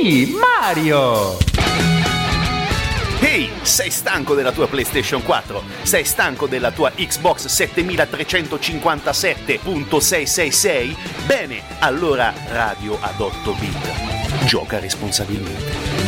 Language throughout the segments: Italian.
Sì, Mario! Ehi, sei stanco della tua PlayStation 4? Sei stanco della tua Xbox 7357.666? Bene, allora Radio ad 8 bit. Gioca responsabilmente.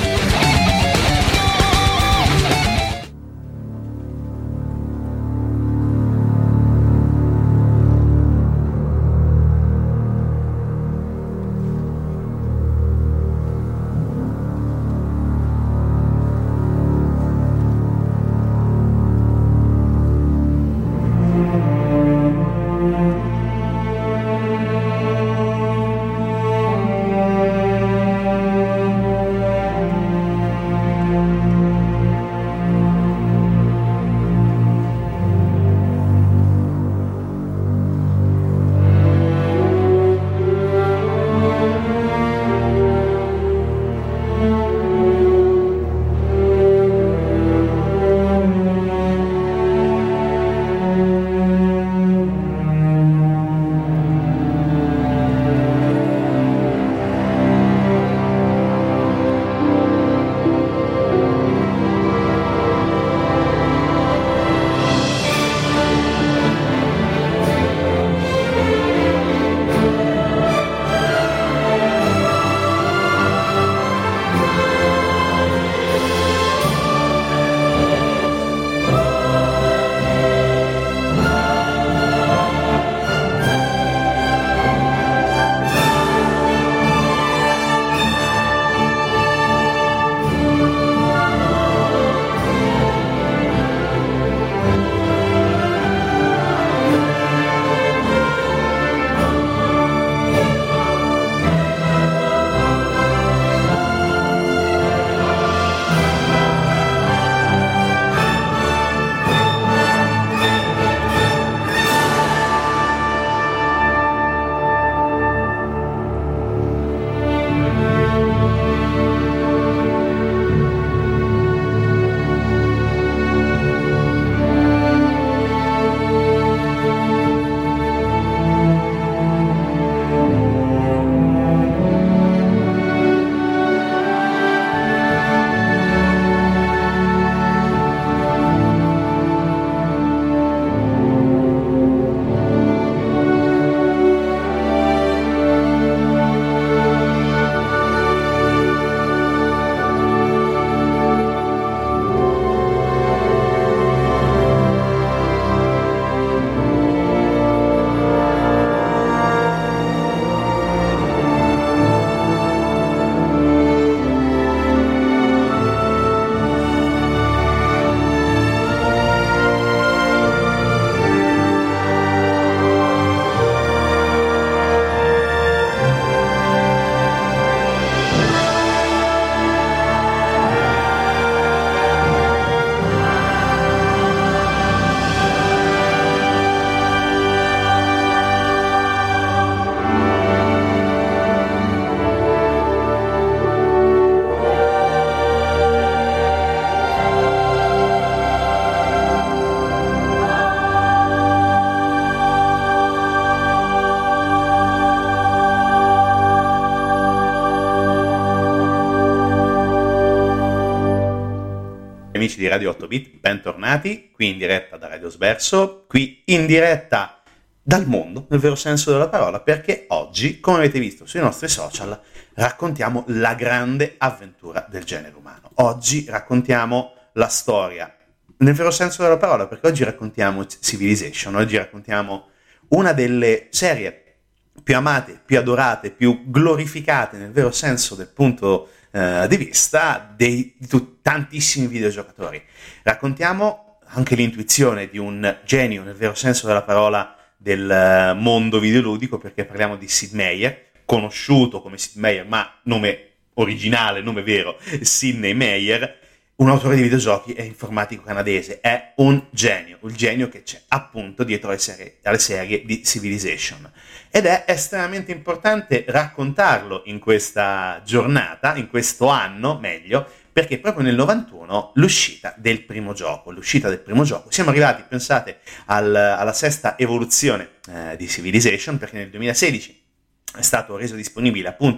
Amici di Radio 8 Bit, bentornati qui in diretta da Radio Sverso, qui in diretta dal mondo, nel vero senso della parola, perché oggi, come avete visto sui nostri social, raccontiamo la grande avventura del genere umano. Oggi raccontiamo la storia, nel vero senso della parola, perché oggi raccontiamo Civilization, oggi raccontiamo una delle serie più amate, più adorate, più glorificate nel vero senso del punto di vista di tantissimi videogiocatori. Raccontiamo anche l'intuizione di un genio nel vero senso della parola del mondo videoludico, perché parliamo di Sid Meier, conosciuto come Sid Meier, ma nome originale, nome vero, Sidney Meier, un autore di videogiochi e informatico canadese. È un genio, il genio che c'è appunto dietro alle serie di Civilization. Ed è estremamente importante raccontarlo in questa giornata, in questo anno, meglio, perché proprio nel 91 l'uscita del primo gioco, siamo arrivati, pensate, alla sesta evoluzione di Civilization, perché nel 2016 è stato reso disponibile appunto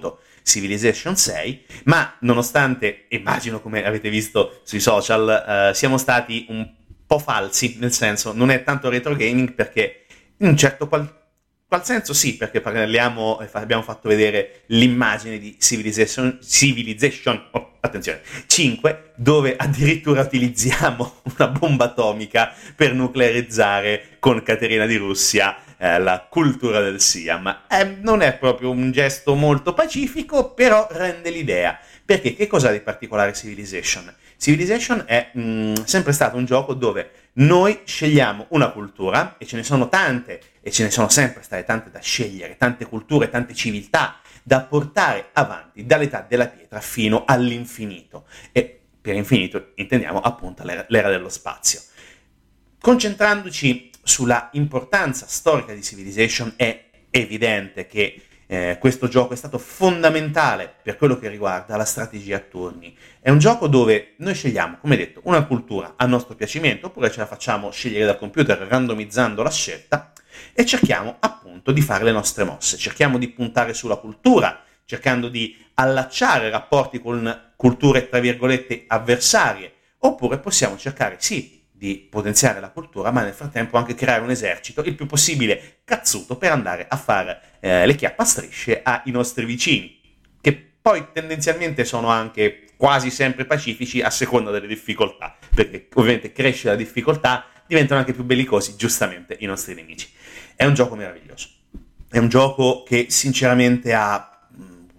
Civilization 6, ma nonostante, immagino come avete visto sui social, siamo stati un po' falsi, nel senso non è tanto retro gaming, perché in un certo qual senso sì, perché parliamo, abbiamo fatto vedere l'immagine di Civilization attenzione, 5, dove addirittura utilizziamo una bomba atomica per nuclearizzare con Caterina di Russia la cultura del Siam. Non è proprio un gesto molto pacifico, però rende l'idea. Perché che cos'ha di particolare Civilization? Civilization è sempre stato un gioco dove noi scegliamo una cultura, e ce ne sono tante, e ce ne sono sempre state tante da scegliere, tante culture, tante civiltà da portare avanti dall'età della pietra fino all'infinito. E per infinito intendiamo appunto l'era dello spazio. Concentrandoci sulla importanza storica di Civilization, è evidente che questo gioco è stato fondamentale per quello che riguarda la strategia a turni. È un gioco dove noi scegliamo, come detto, una cultura a nostro piacimento, oppure ce la facciamo scegliere dal computer randomizzando la scelta, e cerchiamo appunto di fare le nostre mosse, cerchiamo di puntare sulla cultura, cercando di allacciare rapporti con culture tra virgolette avversarie, oppure possiamo cercare sì di potenziare la cultura, ma nel frattempo anche creare un esercito il più possibile cazzuto per andare a fare le chiappastrisce ai nostri vicini, che poi tendenzialmente sono anche quasi sempre pacifici a seconda delle difficoltà, perché ovviamente cresce la difficoltà, diventano anche più bellicosi giustamente i nostri nemici. È un gioco meraviglioso, è un gioco che sinceramente ha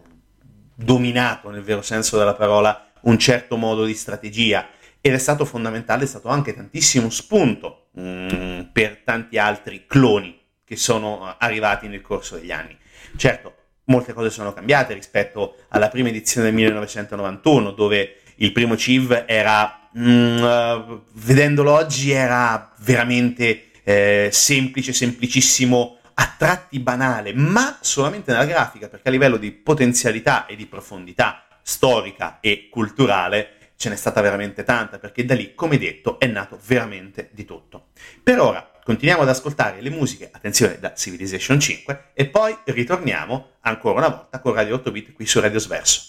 dominato nel vero senso della parola un certo modo di strategia, ed è stato fondamentale, è stato anche tantissimo spunto per tanti altri cloni che sono arrivati nel corso degli anni. Certo, molte cose sono cambiate rispetto alla prima edizione del 1991, dove il primo Civ era, vedendolo oggi, era veramente semplice, semplicissimo, a tratti banale, ma solamente nella grafica, perché a livello di potenzialità e di profondità storica e culturale ce n'è stata veramente tanta, perché da lì, come detto, è nato veramente di tutto. Per ora continuiamo ad ascoltare le musiche, attenzione, da Civilization 5, e poi ritorniamo ancora una volta con Radio 8 Bit qui su Radio Sverso.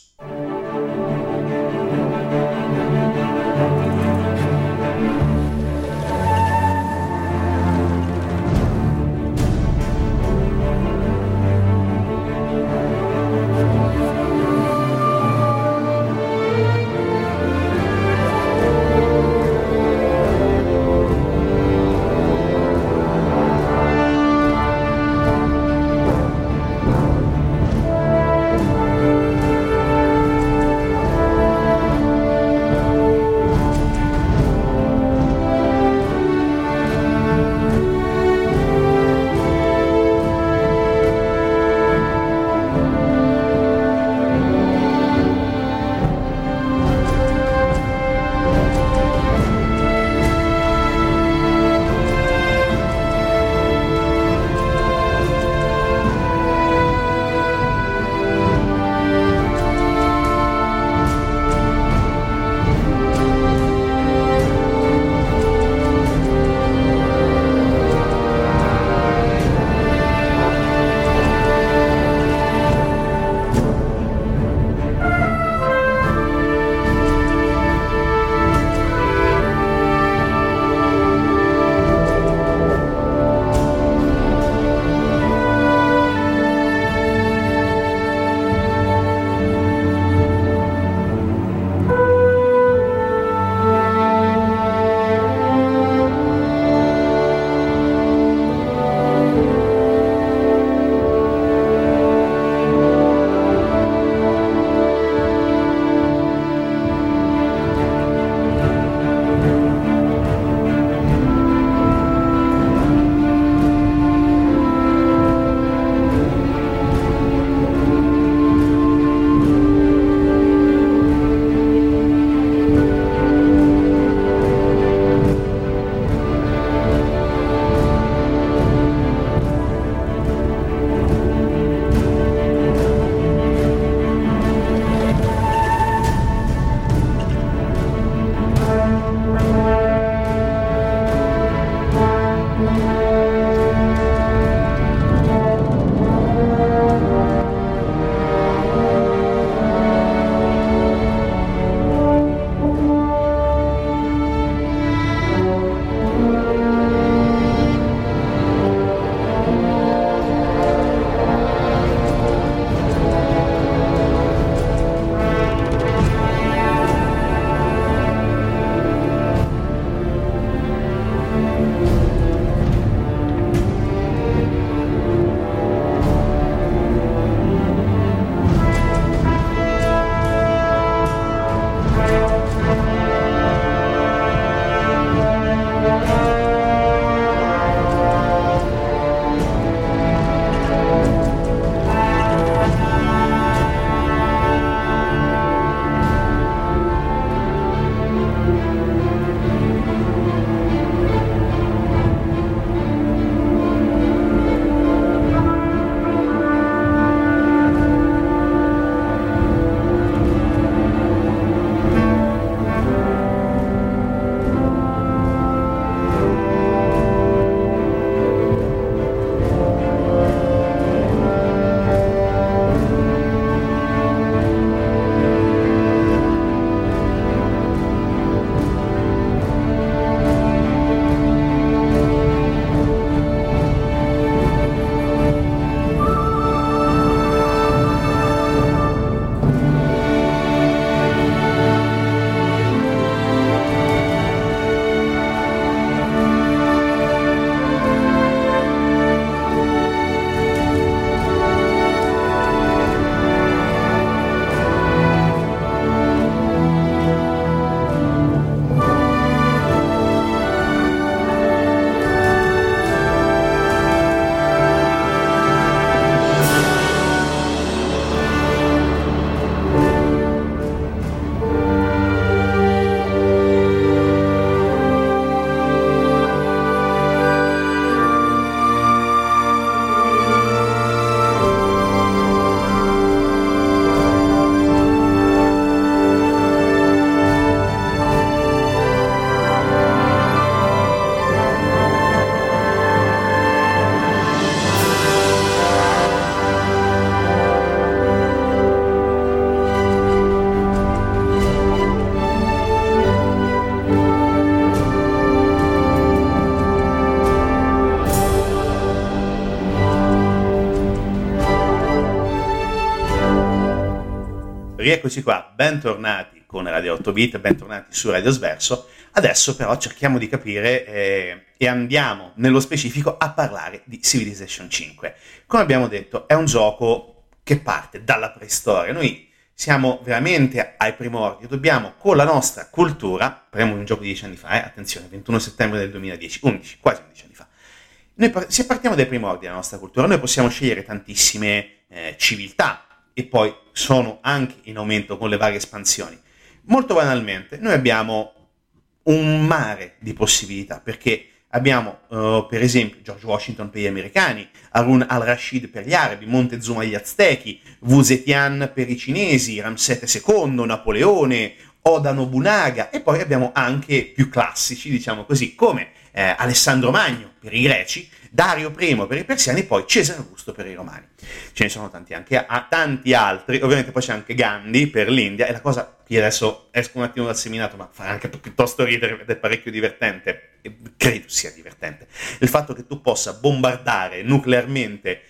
rieccoci qua, bentornati con Radio 8 Bit, bentornati su Radio Sverso. Adesso però cerchiamo di capire e andiamo nello specifico a parlare di Civilization 5. Come abbiamo detto, è un gioco che parte dalla preistoria. Noi siamo veramente ai primordi, dobbiamo con la nostra cultura, parliamo di un gioco di 10 anni fa, attenzione, 21 settembre del 2010, quasi 11 anni fa. Se partiamo dai primordi della nostra cultura, noi possiamo scegliere tantissime civiltà, e poi sono anche in aumento con le varie espansioni. Molto banalmente, noi abbiamo un mare di possibilità, perché abbiamo per esempio George Washington per gli americani, Harun al-Rashid per gli arabi, Montezuma agli aztechi, Wu Zetian per i cinesi, Ramsete II, Napoleone, Oda Nobunaga, e poi abbiamo anche più classici, diciamo così, come Alessandro Magno per i greci, Dario I per i persiani e poi Cesare Augusto per i romani. Ce ne sono tanti anche tanti altri, ovviamente poi c'è anche Gandhi per l'India, e la cosa che adesso esco un attimo dal seminato, ma fa anche piuttosto ridere ed è parecchio divertente, e credo sia divertente, il fatto che tu possa bombardare nuclearmente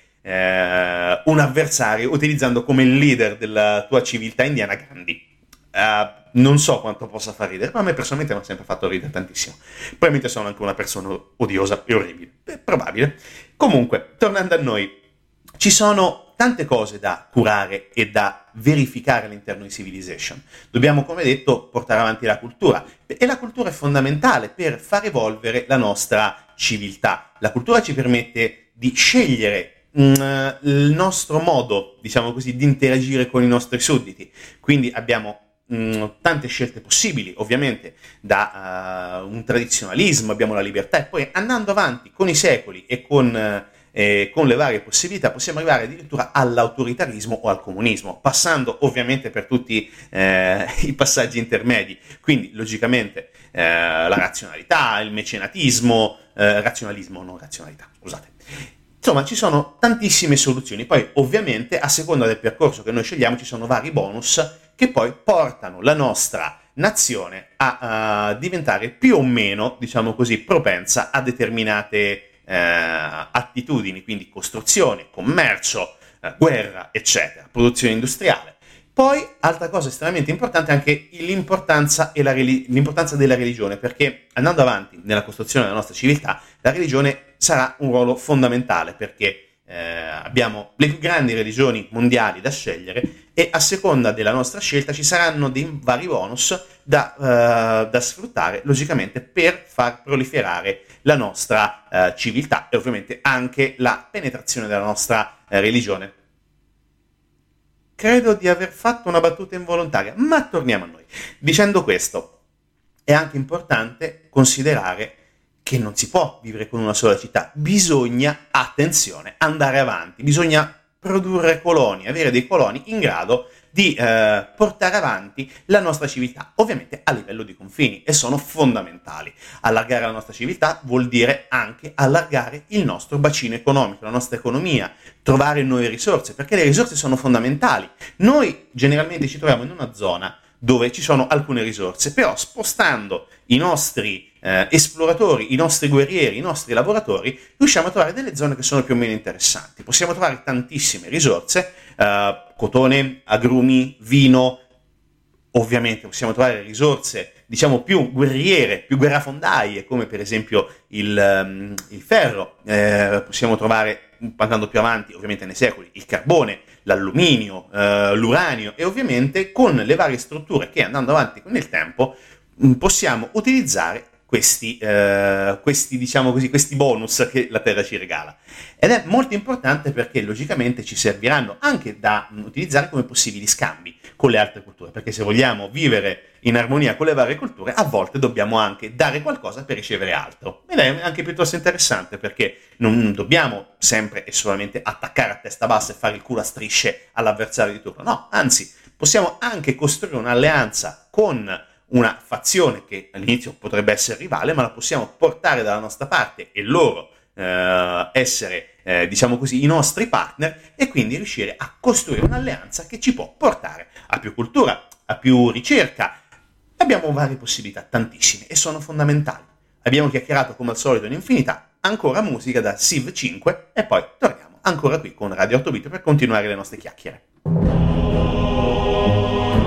un avversario utilizzando come leader della tua civiltà indiana Gandhi. Non so quanto possa far ridere, ma a me personalmente mi ha sempre fatto ridere tantissimo. Probabilmente sono anche una persona odiosa e orribile, probabile. Comunque, tornando a noi, ci sono tante cose da curare e da verificare all'interno di Civilization. Dobbiamo, come detto, portare avanti la cultura, e la cultura è fondamentale per far evolvere la nostra civiltà. La cultura ci permette di scegliere il nostro modo, diciamo così, di interagire con i nostri sudditi. Quindi abbiamo tante scelte possibili, ovviamente da un tradizionalismo, abbiamo la libertà, e poi andando avanti con i secoli e con le varie possibilità possiamo arrivare addirittura all'autoritarismo o al comunismo, passando ovviamente per tutti i passaggi intermedi, quindi logicamente la razionalità, il mecenatismo, razionalismo, non razionalità, scusate. Insomma, ci sono tantissime soluzioni, poi ovviamente a seconda del percorso che noi scegliamo ci sono vari bonus che poi portano la nostra nazione a diventare più o meno, diciamo così, propensa a determinate attitudini, quindi costruzione, commercio, guerra, eccetera, produzione industriale. Poi, altra cosa estremamente importante è anche l'importanza della religione, perché andando avanti nella costruzione della nostra civiltà, la religione sarà un ruolo fondamentale, perché abbiamo le più grandi religioni mondiali da scegliere, e a seconda della nostra scelta ci saranno dei vari bonus da sfruttare, logicamente, per far proliferare la nostra civiltà e ovviamente anche la penetrazione della nostra religione. Credo di aver fatto una battuta involontaria, ma torniamo a noi. Dicendo questo, è anche importante considerare che non si può vivere con una sola città, bisogna, attenzione, andare avanti, bisogna produrre coloni, avere dei coloni in grado di portare avanti la nostra civiltà, ovviamente a livello di confini, e sono fondamentali. Allargare la nostra civiltà vuol dire anche allargare il nostro bacino economico, la nostra economia, trovare nuove risorse, perché le risorse sono fondamentali. Noi generalmente ci troviamo in una zona dove ci sono alcune risorse, però spostando i nostri esploratori, i nostri guerrieri, i nostri lavoratori, riusciamo a trovare delle zone che sono più o meno interessanti. Possiamo trovare tantissime risorse, cotone, agrumi, vino, ovviamente possiamo trovare risorse, diciamo, più guerriere, più guerrafondaie, come per esempio il ferro, possiamo trovare, andando più avanti, ovviamente nei secoli, il carbone, l'alluminio, l'uranio, e ovviamente con le varie strutture che, andando avanti con il tempo, possiamo utilizzare questi diciamo così, questi bonus che la Terra ci regala. Ed è molto importante perché logicamente ci serviranno anche da utilizzare come possibili scambi con le altre culture, perché se vogliamo vivere in armonia con le varie culture, a volte dobbiamo anche dare qualcosa per ricevere altro. Ed è anche piuttosto interessante, perché non dobbiamo sempre e solamente attaccare a testa bassa e fare il culo a strisce all'avversario di turno, no, anzi, possiamo anche costruire un'alleanza con una fazione che all'inizio potrebbe essere rivale, ma la possiamo portare dalla nostra parte e loro essere, diciamo così, i nostri partner, e quindi riuscire a costruire un'alleanza che ci può portare a più cultura, a più ricerca. Abbiamo varie possibilità, tantissime, e sono fondamentali. Abbiamo chiacchierato come al solito in infinità, ancora musica da Civ 5 e poi torniamo ancora qui con Radio 8 Bit per continuare le nostre chiacchiere.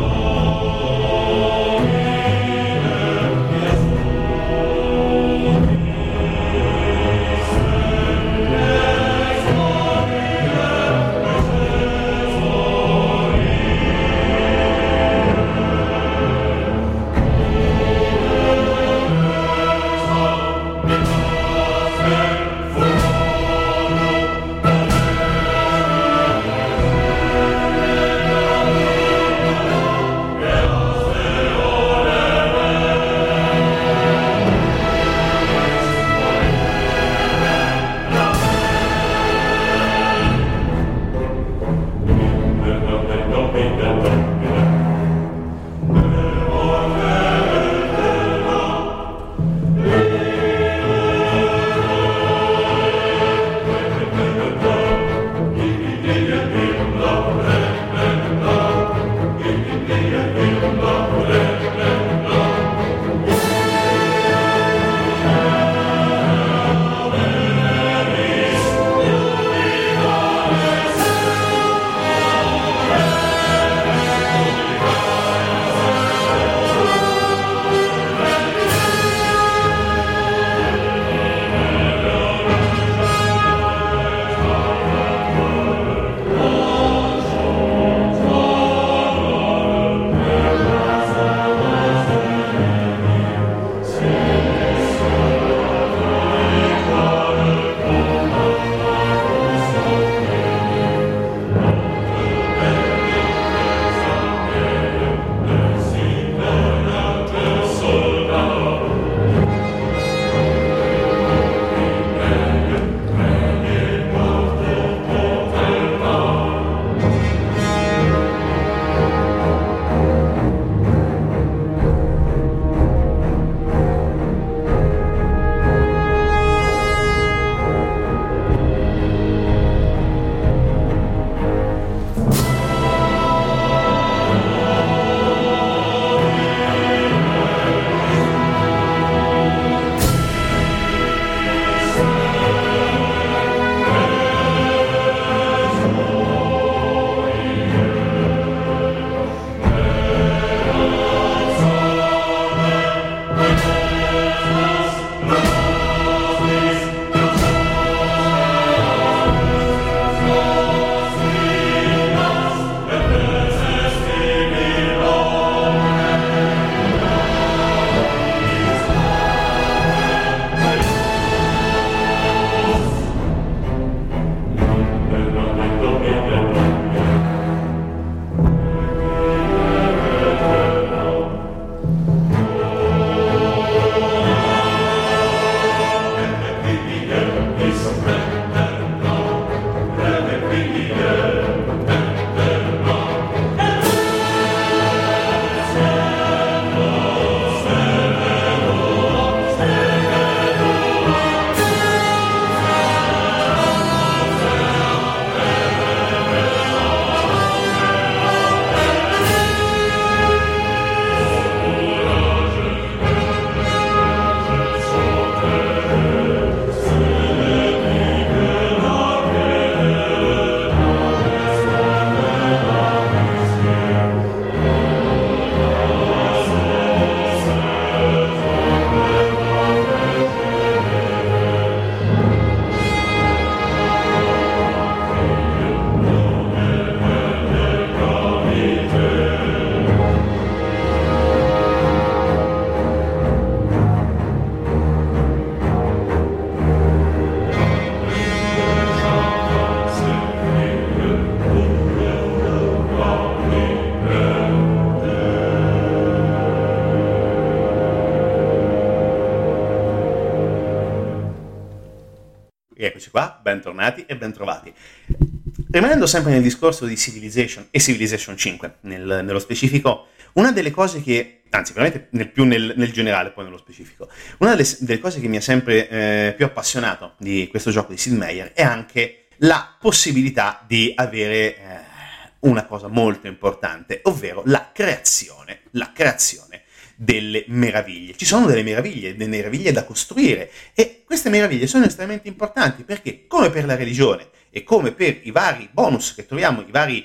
qua, bentornati e bentrovati. Rimanendo sempre nel discorso di Civilization e Civilization 5, nello specifico, una delle cose che, anzi veramente nel generale, poi nello specifico, una delle cose che mi ha sempre più appassionato di questo gioco di Sid Meier è anche la possibilità di avere una cosa molto importante, ovvero la creazione delle meraviglie. Ci sono delle meraviglie da costruire, e queste meraviglie sono estremamente importanti perché, come per la religione e come per i vari bonus che troviamo, i vari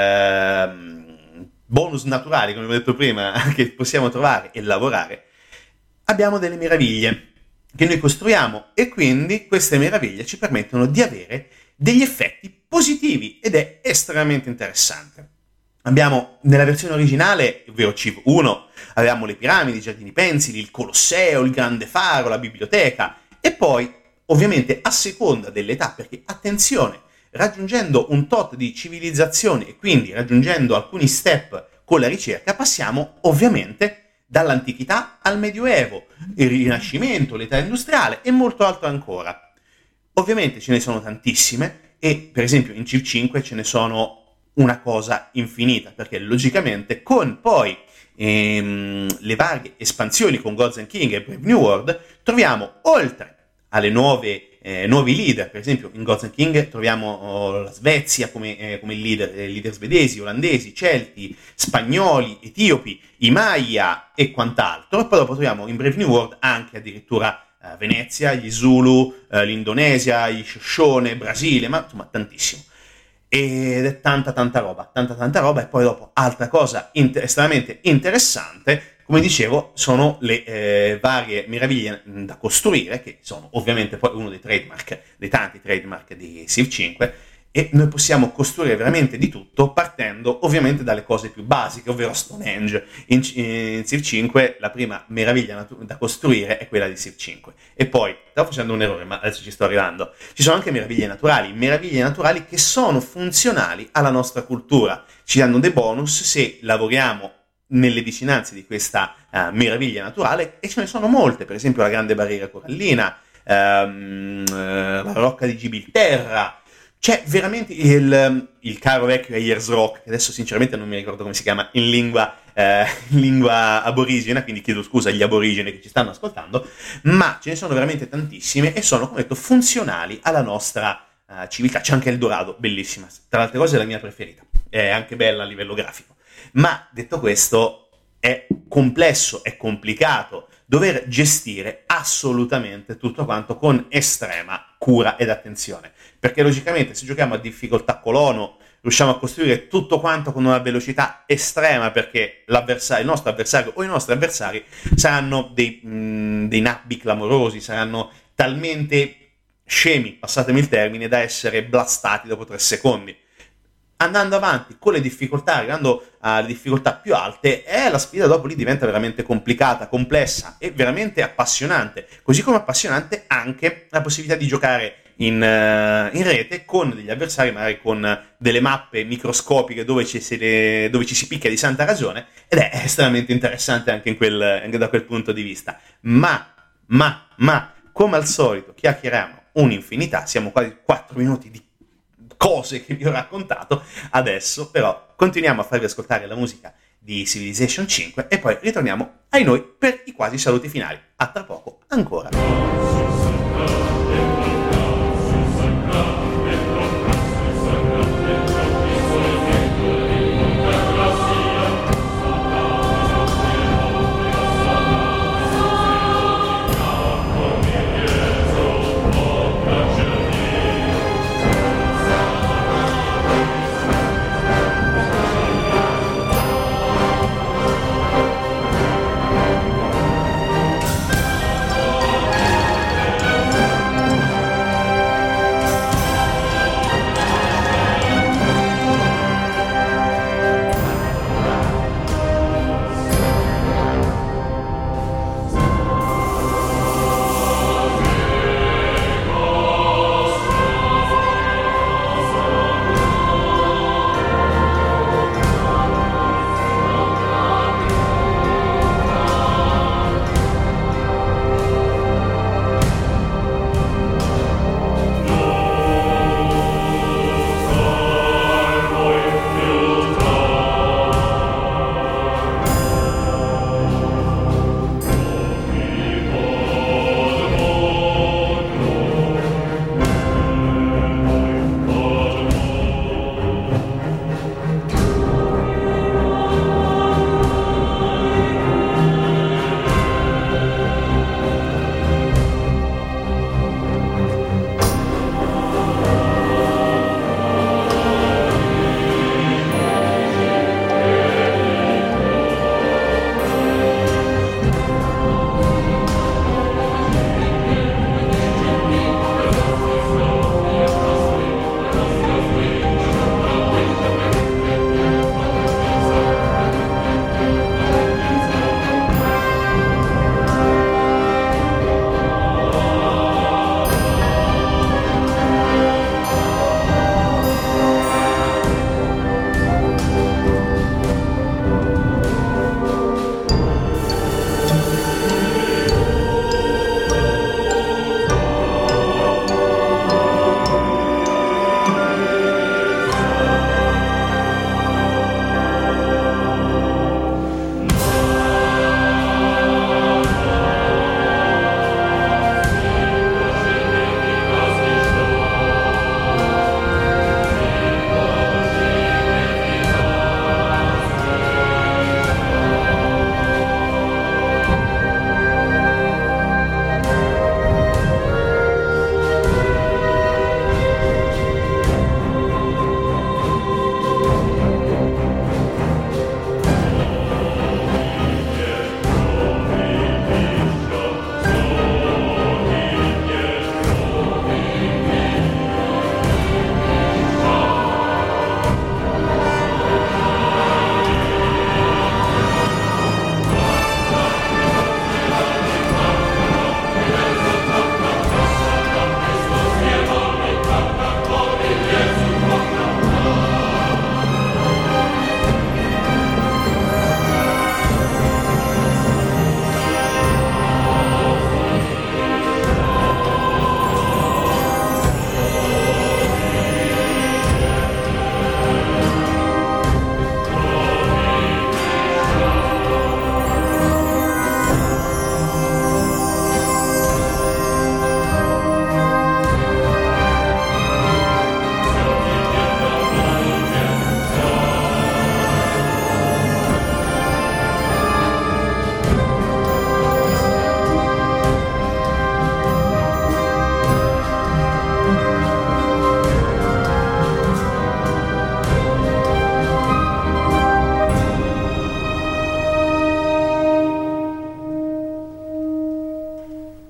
bonus naturali, come ho detto prima, che possiamo trovare e lavorare, abbiamo delle meraviglie che noi costruiamo, e quindi queste meraviglie ci permettono di avere degli effetti positivi, ed è estremamente interessante. Abbiamo nella versione originale, ovvero Civ 1, avevamo le piramidi, i giardini pensili, il Colosseo, il grande faro, la biblioteca, e poi ovviamente a seconda dell'età, perché attenzione, raggiungendo un tot di civilizzazione e quindi raggiungendo alcuni step con la ricerca, passiamo ovviamente dall'antichità al Medioevo, il Rinascimento, l'età industriale e molto altro ancora. Ovviamente ce ne sono tantissime, e per esempio in Civ 5 ce ne sono una cosa infinita, perché logicamente con poi le varie espansioni con Gods and King e Brave New World troviamo, oltre alle nuovi leader, per esempio in Gods and King troviamo la Svezia come leader svedesi, olandesi, celti, spagnoli, etiopi, i Maya e quant'altro, e poi dopo troviamo in Brave New World anche addirittura Venezia, gli Zulu, l'Indonesia, gli Shoshone, Brasile, ma insomma tantissimo. Ed è tanta roba. E poi dopo altra cosa estremamente interessante, come dicevo, sono le varie meraviglie da costruire, che sono ovviamente poi uno dei tanti trademark di Civ 5, e noi possiamo costruire veramente di tutto, partendo ovviamente dalle cose più basiche, ovvero Stonehenge. In Civ 5 la prima meraviglia da costruire è quella di Civ 5. E poi, stavo facendo un errore, ma adesso ci sto arrivando, ci sono anche meraviglie naturali che sono funzionali alla nostra cultura, ci danno dei bonus se lavoriamo nelle vicinanze di questa meraviglia naturale, e ce ne sono molte, per esempio la grande barriera corallina, la rocca di Gibilterra. C'è veramente il caro vecchio Ayers Rock, che adesso sinceramente non mi ricordo come si chiama in lingua aborigena, quindi chiedo scusa agli aborigeni che ci stanno ascoltando, ma ce ne sono veramente tantissime e sono, come detto, funzionali alla nostra civiltà. C'è anche Eldorado, bellissima, tra le altre cose è la mia preferita, è anche bella a livello grafico. Ma detto questo, è complesso, è complicato dover gestire assolutamente tutto quanto con estrema cura ed attenzione, perché logicamente se giochiamo a difficoltà colono riusciamo a costruire tutto quanto con una velocità estrema, perché il nostro avversario o i nostri avversari saranno dei nabbi clamorosi, saranno talmente scemi, passatemi il termine, da essere blastati dopo 3 secondi. Andando avanti con le difficoltà, arrivando alle difficoltà più alte, la sfida dopo lì diventa veramente complicata, complessa e veramente appassionante. Così come appassionante anche la possibilità di giocare in rete con degli avversari, magari con delle mappe microscopiche dove ci si picchia di santa ragione, ed è estremamente interessante anche da quel punto di vista. Ma, come al solito, chiacchieriamo un'infinità, siamo quasi 4 minuti di cose che vi ho raccontato. Adesso però continuiamo a farvi ascoltare la musica di Civilization 5 e poi ritorniamo ai noi per i quasi saluti finali. A tra poco ancora.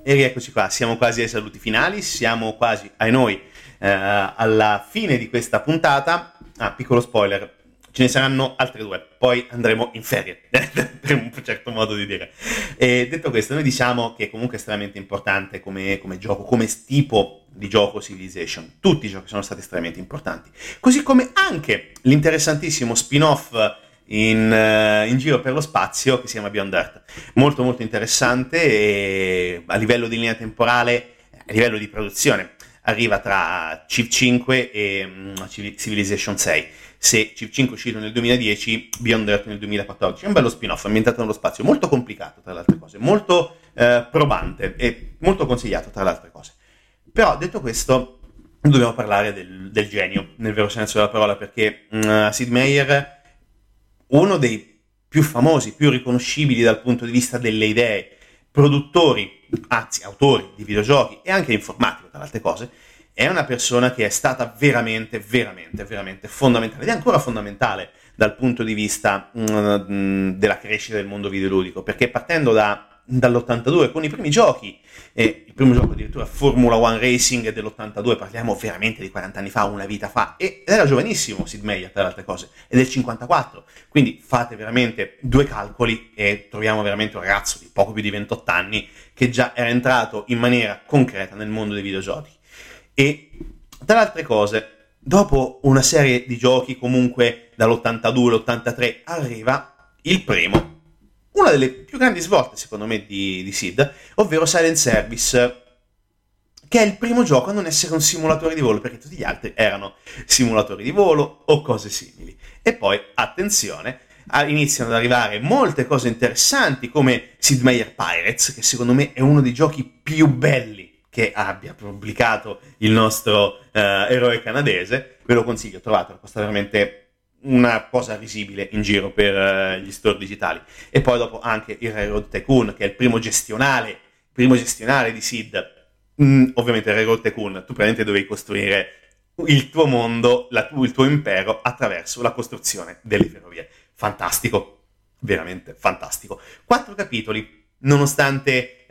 E rieccoci qua, siamo quasi ai saluti finali, siamo quasi, ai noi, alla fine di questa puntata. Piccolo spoiler, ce ne saranno altre 2, poi andremo in ferie, per un certo modo di dire. E detto questo, noi diciamo che comunque è estremamente importante come gioco, come tipo di gioco Civilization. Tutti i giochi sono stati estremamente importanti, così come anche l'interessantissimo spin-off in giro per lo spazio che si chiama Beyond Earth, molto molto interessante, e a livello di linea temporale, a livello di produzione, arriva tra Civ 5 e Civilization 6. Se Civ 5 è uscito nel 2010, Beyond Earth nel 2014, è un bello spin-off ambientato nello spazio, molto complicato tra le altre cose, molto probante e molto consigliato tra le altre cose. Però detto questo, dobbiamo parlare del genio nel vero senso della parola, perché Sid Meier, uno dei più famosi, più riconoscibili dal punto di vista delle idee, produttori, anzi autori di videogiochi e anche informatico tra le altre cose, è una persona che è stata veramente, veramente, veramente fondamentale, ed è ancora fondamentale dal punto di vista della crescita del mondo videoludico, perché partendo dall'82 con i primi giochi, il primo gioco addirittura Formula One Racing dell'82, parliamo veramente di 40 anni fa, una vita fa, ed era giovanissimo Sid Meier tra le altre cose, è del 54, quindi fate veramente 2 calcoli e troviamo veramente un ragazzo di poco più di 28 anni che già era entrato in maniera concreta nel mondo dei videogiochi. E tra le altre cose, dopo una serie di giochi comunque dall'82 all'83 arriva il primo, una delle più grandi svolte secondo me di Sid, ovvero Silent Service, che è il primo gioco a non essere un simulatore di volo, perché tutti gli altri erano simulatori di volo o cose simili. E poi, attenzione, iniziano ad arrivare molte cose interessanti come Sid Meier Pirates, che secondo me è uno dei giochi più belli che abbia pubblicato il nostro eroe canadese. Ve lo consiglio, trovatelo, costa veramente una cosa risibile in giro per gli store digitali. E poi dopo anche il Railroad Tycoon, che è il primo gestionale di Sid. Ovviamente il Railroad Tycoon, tu praticamente dovevi costruire il tuo mondo, il tuo impero attraverso la costruzione delle ferrovie. Fantastico, veramente fantastico. 4 capitoli, nonostante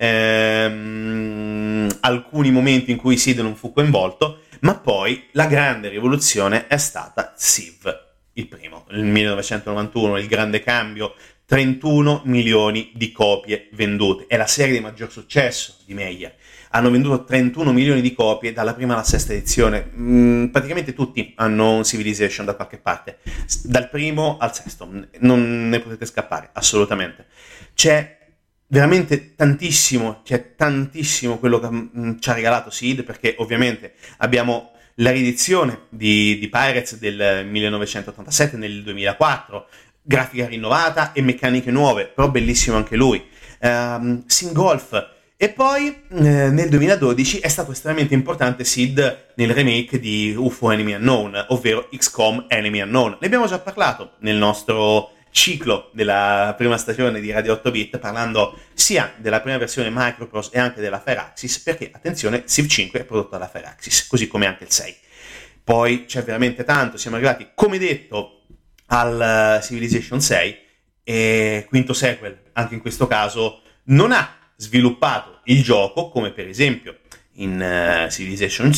alcuni momenti in cui Sid non fu coinvolto, ma poi la grande rivoluzione è stata Civ, il primo, nel 1991, il grande cambio, 31 milioni di copie vendute, è la serie di maggior successo di Meier, hanno venduto 31 milioni di copie dalla prima alla sesta edizione, praticamente tutti hanno un Civilization da qualche parte, dal primo al sesto, non ne potete scappare, assolutamente. C'è veramente tantissimo quello che ci ha regalato Sid, perché ovviamente abbiamo la riedizione di Pirates del 1987 nel 2004, grafica rinnovata e meccaniche nuove, però bellissimo anche lui. Singolf. E poi nel 2012 è stato estremamente importante Sid nel remake di UFO Enemy Unknown, ovvero XCOM Enemy Unknown. Ne abbiamo già parlato nel nostro ciclo della prima stagione di Radio 8-bit, parlando sia della prima versione Microprose e anche della Firaxis, perché attenzione, Civ 5 è prodotto dalla Firaxis, così come anche il 6. Poi c'è veramente tanto, siamo arrivati, come detto, al Civilization 6, e quinto sequel, anche in questo caso, non ha sviluppato il gioco, come per esempio in Civilization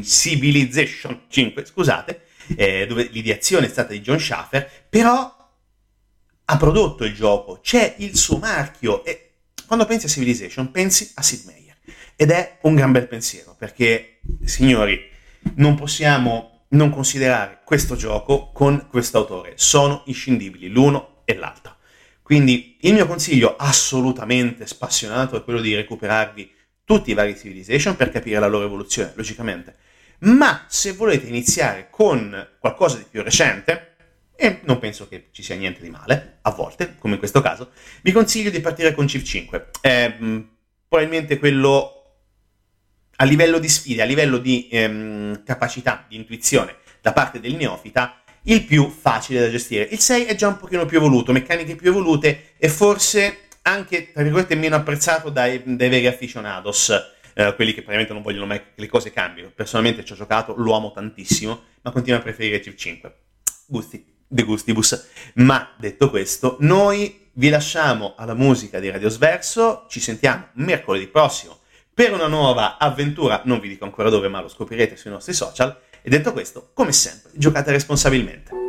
5, scusate, dove l'ideazione è stata di John Schaffer, però ha prodotto il gioco, c'è il suo marchio, e quando pensi a Civilization pensi a Sid Meier, ed è un gran bel pensiero, perché signori, non possiamo non considerare questo gioco con questo autore, sono inscindibili l'uno e l'altro. Quindi il mio consiglio assolutamente spassionato è quello di recuperarvi tutti i vari Civilization per capire la loro evoluzione, logicamente, ma se volete iniziare con qualcosa di più recente, e non penso che ci sia niente di male, a volte, come in questo caso, vi consiglio di partire con Civ 5. È probabilmente quello, a livello di sfide, a livello di capacità, di intuizione da parte del neofita, il più facile da gestire. Il 6 è già un pochino più evoluto, meccaniche più evolute, e forse anche, tra virgolette, meno apprezzato dai veri aficionados, quelli che praticamente non vogliono mai che le cose cambino. Personalmente ci ho giocato, lo amo tantissimo, ma continuo a preferire Civ 5. Gusti. De gustibus. Ma detto questo, noi vi lasciamo alla musica di Radio Sverso, ci sentiamo mercoledì prossimo per una nuova avventura, non vi dico ancora dove, ma lo scoprirete sui nostri social. E detto questo, come sempre, giocate responsabilmente.